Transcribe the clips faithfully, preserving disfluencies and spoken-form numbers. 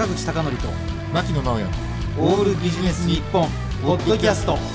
坂口孝則と牧野直哉オールビジネス日本ポッドキャスト。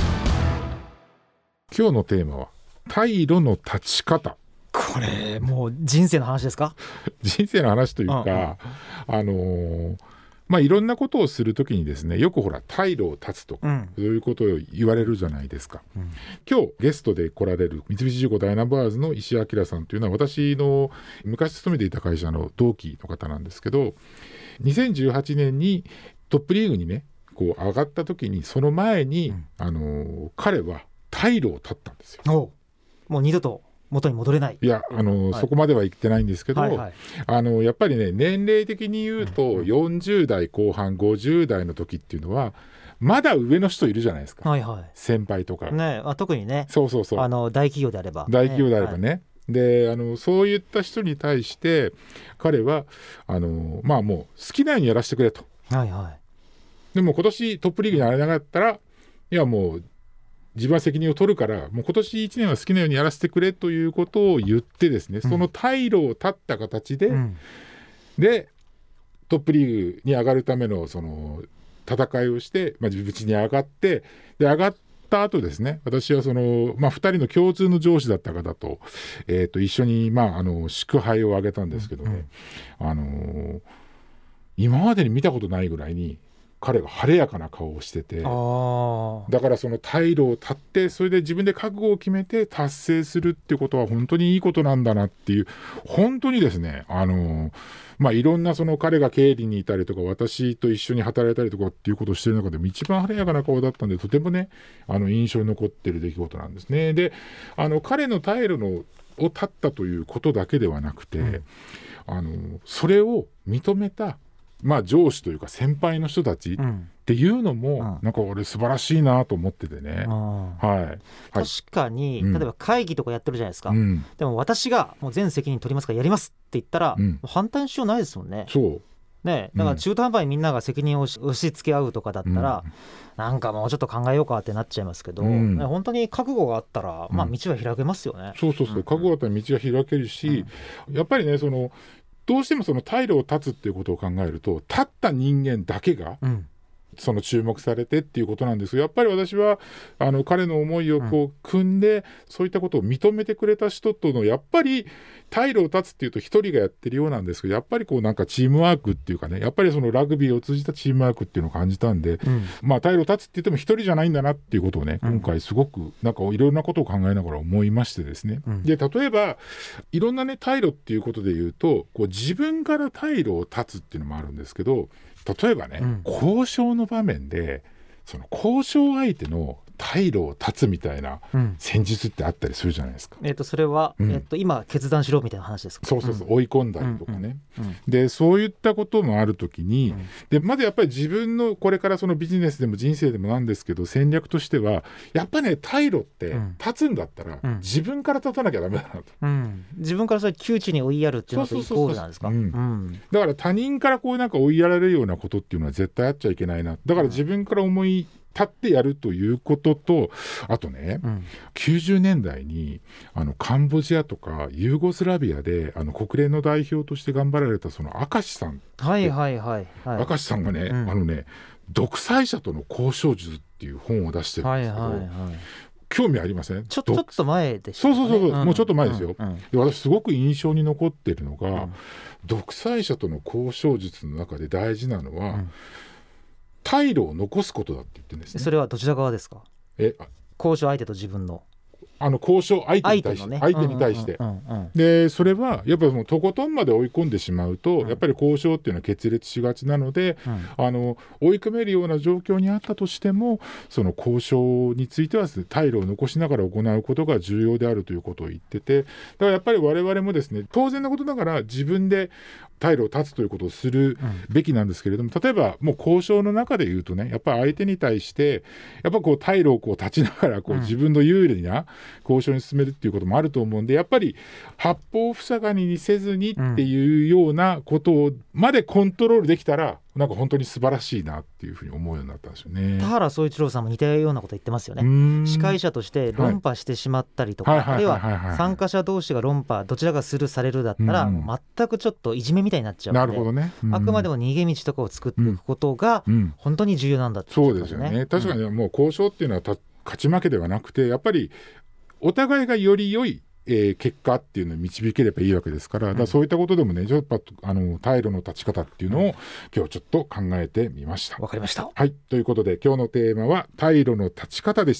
今日のテーマは退路の立ち方。 これもう人生の話ですか？ 人生の話というか、うんうん、あのーまあ、いろんなことをするときにですね、よくほら退路を断つとか、うん、そういうことを言われるじゃないですか、うん、今日ゲストで来られる三菱重工ダイナバーズの石井明さんというのは、私の昔勤めていた会社の同期の方なんですけど、にせんじゅうはちねんにトップリーグにねこう上がったときに、その前に、うん、あのー、彼は退路を断ったんですよ。 おもう二度と元に戻れない。 いや、あの、はい、そこまでは言ってないんですけど、はいはい、あのやっぱりね、年齢的に言うと、うん、よんじゅう代後半ごじゅう代の時っていうのはまだ上の人いるじゃないですか、はいはい、先輩とか、 ね、あ特にね、 そうそうそう、 あの大企業であれば大企業であればね、はい、であのそういった人に対して彼はあの、まあ、もう好きなようにやらせてくれと、はいはい、でも今年トップリーグになれなかったら、いやもう自分は責任を取るから、もう今年いちねんは好きなようにやらせてくれということを言ってですね、うん、その退路を断った形で、うん、でトップリーグに上がるためのその戦いをして、まあ、自分ちに上がって、で上がった後ですね、私はその、まあ、ふたりの共通の上司だった方と、えー、と一緒に、まあ、あの祝杯をあげたんですけどね、うん、あのー、今までに見たことないぐらいに彼が晴れやかな顔をしてて、あだからその退路を断って、それで自分で覚悟を決めて達成するってことは本当にいいことなんだなっていう、本当にですね、あのまあいろんなその彼が経理にいたりとか、私と一緒に働いたりとかっていうことをしている中でも一番晴れやかな顔だったんで、とてもね、あの印象に残っている出来事なんですね。で、あの彼の退路のを断ったということだけではなくて、うん、あのそれを認めたまあ、上司というか先輩の人たちっていうのも、うん、なんか俺素晴らしいなと思っててね、はいはい、 確かに、うん、例えば会議とかやってるじゃないですか、うん、でも私がもう全責任取りますからやりますって言ったら、うん、反対のしようないですもんね。 そうね、だから中途半端にみんなが責任を押し付け合うとかだったら、うん、なんかもうちょっと考えようかってなっちゃいますけど、うんね、本当に覚悟があったら、まあ、道は開けますよね、うん、 そうそうそう、覚悟があったら道は開けるし、うん、やっぱりね、そのどうしてもその退路を断つっていうことを考えると、立った人間だけが、うんその注目されてっていうことなんですが、やっぱり私はあの彼の思いをこう組んで、うん、そういったことを認めてくれた人とのやっぱり退路を断つっていうと一人がやってるようなんですけど、やっぱりこうなんかチームワークっていうかね、やっぱりそのラグビーを通じたチームワークっていうのを感じたんで、うん、まあ退路を断つって言っても一人じゃないんだなっていうことをね、うん、今回すごくなんかいろんなことを考えながら思いましてですね、うん、で例えばいろんなね退路っていうことで言うと、こう自分から退路を断つっていうのもあるんですけど、例えばね、うん、交渉の場面でその交渉相手の退路を断つみたいな戦術ってあったりするじゃないですか、 うんえー、とそれは、うんえー、と今決断しろみたいな話ですか？ そうそうそう、うん、追い込んだりとかね、うんうんうん、でそういったこともあるときに、うん、でまずやっぱり自分のこれからそのビジネスでも人生でもなんですけど、戦略としてはやっぱね、退路って立つんだったら、うん、自分から立たなきゃダメだなと、うん、 自分からそれ窮地に追いやるっていうのとイコールなんですか？ だから他人からこうなんか追いやられるようなことっていうのは絶対あっちゃいけないな。だから自分から思い立ってやるということと、あとね、うん、きゅうじゅうねんだいにあのカンボジアとかユーゴスラビアであの国連の代表として頑張られたその明石さん、 はいはいはいはい、 明石さんがね、うん、あのね独裁者との交渉術っていう本を出してるんですけど、はいはいはい、興味ありません？ ちょ、ちょっと前でしたね。 そうそうそう、うん、もうちょっと前ですよ、うんうん、で私すごく印象に残ってるのが、うん、独裁者との交渉術の中で大事なのは、うん退路を残すことだって言ってるんですね。 それはどちら側ですか？え交渉相手と自分のあの交渉相手に対して、相手のね、相手に対して、うんうんうんうん、でそれはやっぱりもうとことんまで追い込んでしまうと、うん、やっぱり交渉っていうのは決裂しがちなので、うん、あの追い込めるような状況にあったとしても、その交渉については退路を残しながら行うことが重要であるということを言ってて、だからやっぱり我々もですね、当然のことながら自分で退路を断つということをするべきなんですけれども、例えばもう交渉の中で言うとね、やっぱり相手に対してやっぱこう退路をこう立ちながらこう自分の有利な交渉に進めるっていうこともあると思うんで、やっぱり八方塞がりにせずにっていうようなことまでコントロールできたら、なんか本当に素晴らしいなっていうふうに思うようになったんですよね。 田原総一郎さんも似たようなこと言ってますよね。司会者として論破してしまったりとか、あるいは参加者同士が論破どちらがするされるだったら、もう全くちょっといじめみたいになっちゃうので、 なるほどね、 あくまでも逃げ道とかを作っていくことが本当に重要なんだってことですね。そうですよね。確かにもう交渉っていうのはた勝ち負けではなくて、やっぱりお互いがより良いえー、結果っていうのを導ければいいわけですから、だからそういったことでもね、ちょっとあの退路の立ち方っていうのを今日ちょっと考えてみました。 わかりました。 はい、ということで今日のテーマは退路の立ち方でした。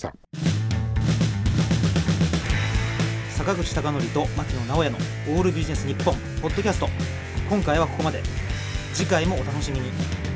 坂口孝則と牧野直哉のオールビジネス日本ポッドキャスト、今回はここまで。次回もお楽しみに。